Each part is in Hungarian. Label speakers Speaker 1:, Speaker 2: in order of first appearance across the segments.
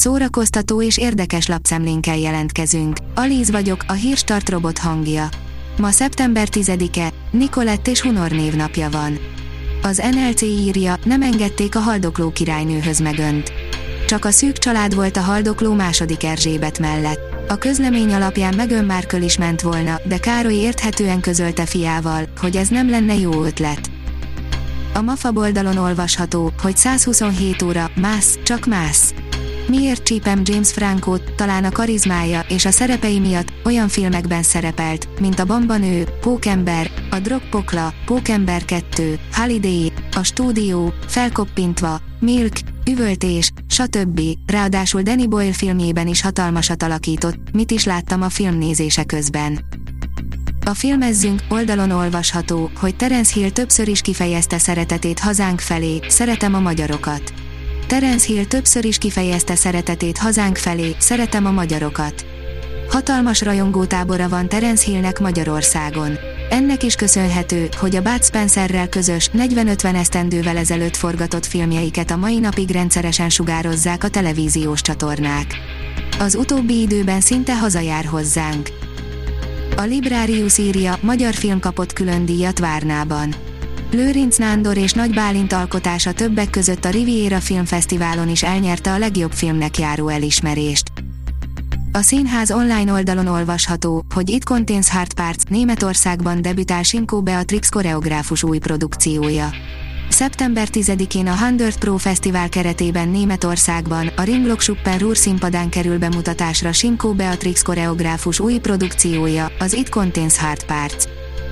Speaker 1: szórakoztató és érdekes lapszemlénkkel jelentkezünk. Alíz vagyok, a Hírstart robot hangja. Ma szeptember 10-e, Nikolett és Hunor névnapja van. Az NLC írja, nem engedték a haldokló királynőhöz Meghan-t. Csak a szűk család volt a haldokló második Erzsébet mellett. A közlemény alapján Meghan Markle is ment volna, de Károly érthetően közölte fiával, hogy ez nem lenne jó ötlet. A MAFA oldalon olvasható, hogy 127 óra, mász, csak mász. Miért csípem James Francót, talán a karizmája és a szerepei miatt olyan filmekben szerepelt, mint a Bambanő, Pókember, a Drogpokla, Pókember 2, Holiday, a Stúdió, Felkoppintva, Milk, Üvöltés, stb. Ráadásul Danny Boyle filmjében is hatalmasat alakított, mit is láttam a filmnézése közben. A Filmezzünk oldalon olvasható, hogy Terence Hill többször is kifejezte szeretetét hazánk felé, szeretem a magyarokat. Terence Hill többször is kifejezte szeretetét hazánk felé, szeretem a magyarokat. Hatalmas rajongótábora van Terence Hillnek Magyarországon. Ennek is köszönhető, hogy a Bud Spencerrel közös, 40-50 esztendővel ezelőtt forgatott filmjeiket a mai napig rendszeresen sugározzák a televíziós csatornák. Az utóbbi időben szinte hazajár hozzánk. A Librarius írja, magyar film kapott külön díjat Várnában. Lőrinc Nándor és Nagy Bálint alkotása többek között a Riviera Filmfesztiválon is elnyerte a legjobb filmnek járó elismerést. A színház online oldalon olvasható, hogy It Contains Hard Parts, Németországban debütál Simko Beatrix koreográfus új produkciója. Szeptember 10-én a 100 Pro Fesztivál keretében Németországban, a Ringlok-Schuppen Ruhr színpadán kerül bemutatásra Simko Beatrix koreográfus új produkciója, az It Contains Hard Parts.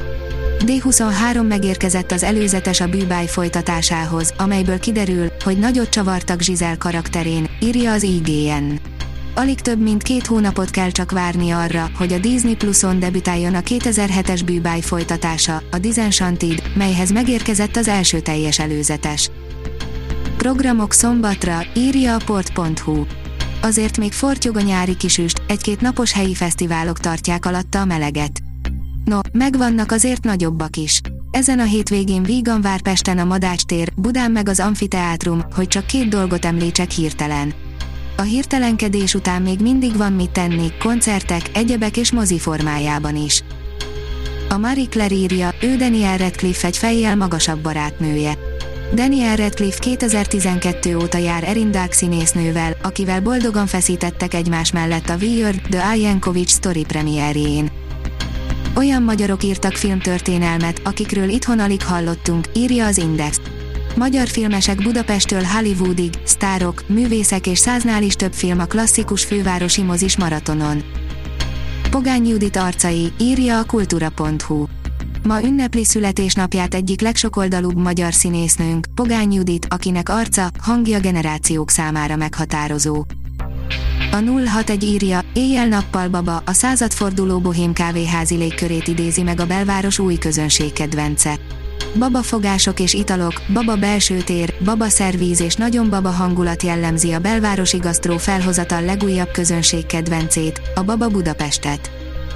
Speaker 1: D23 megérkezett az előzetes a bűbáj folytatásához, amelyből kiderül, hogy nagyot csavartak Giselle karakterén, írja az IGN. Alig több mint 2 hónapot kell csak várni arra, hogy a Disney Pluson debütáljon a 2007-es bűbáj folytatása, a Disenchanted, melyhez megérkezett az első teljes előzetes. Programok szombatra, írja a port.hu. Azért még fortyog a nyári kisüst, 1-2 napos helyi fesztiválok tartják alatta a meleget. No, megvannak azért nagyobbak is. Ezen a hétvégén vígan vár Pesten a Madács tér, Budán meg az Amfiteátrum, hogy csak 2 dolgot említsek hirtelen. A hirtelenkedés után még mindig van mit tenni, koncertek, egyebek és mozi formájában is. A Marie Claire írja, ő Daniel Radcliffe egy fejjel magasabb barátnője. Daniel Radcliffe 2012 óta jár Erin Dark színésznővel, akivel boldogan feszítettek egymás mellett a Weird, The Yankovic Story premierjén. Olyan magyarok írtak filmtörténelmet, akikről itthon alig hallottunk, írja az Index. Magyar filmesek Budapesttől Hollywoodig, sztárok, művészek és 100-nál is több film a klasszikus fővárosi mozis maratonon. Pogány Judit arcai, írja a kultura.hu. Ma ünnepli születésnapját egyik legsokoldalúbb magyar színésznőnk, Pogány Judit, akinek arca, hangja generációk számára meghatározó. A 061 írja, éjjel-nappal Baba, a századforduló bohém kávéházi légkörét idézi meg a belváros új közönségkedvence. Baba fogások és italok, baba belső tér, baba szervíz és nagyon baba hangulat jellemzi a belvárosi gasztró felhozatal legújabb közönségkedvencét, a Baba Budapestet.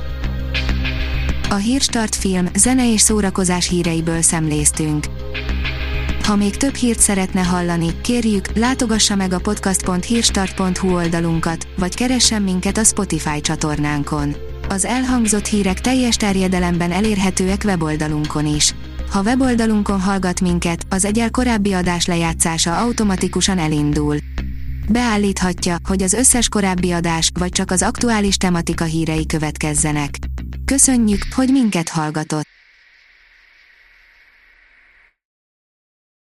Speaker 1: A Hírstart film, zene és szórakozás híreiből szemléztünk. Ha még több hírt szeretne hallani, kérjük, látogassa meg a podcast.hírstart.hu oldalunkat, vagy keressen minket a Spotify csatornánkon. Az elhangzott hírek teljes terjedelemben elérhetőek weboldalunkon is. Ha weboldalunkon hallgat minket, az egyel korábbi adás lejátszása automatikusan elindul. Beállíthatja, hogy az összes korábbi adás, vagy csak az aktuális tematika hírei következzenek. Köszönjük, hogy minket hallgatott!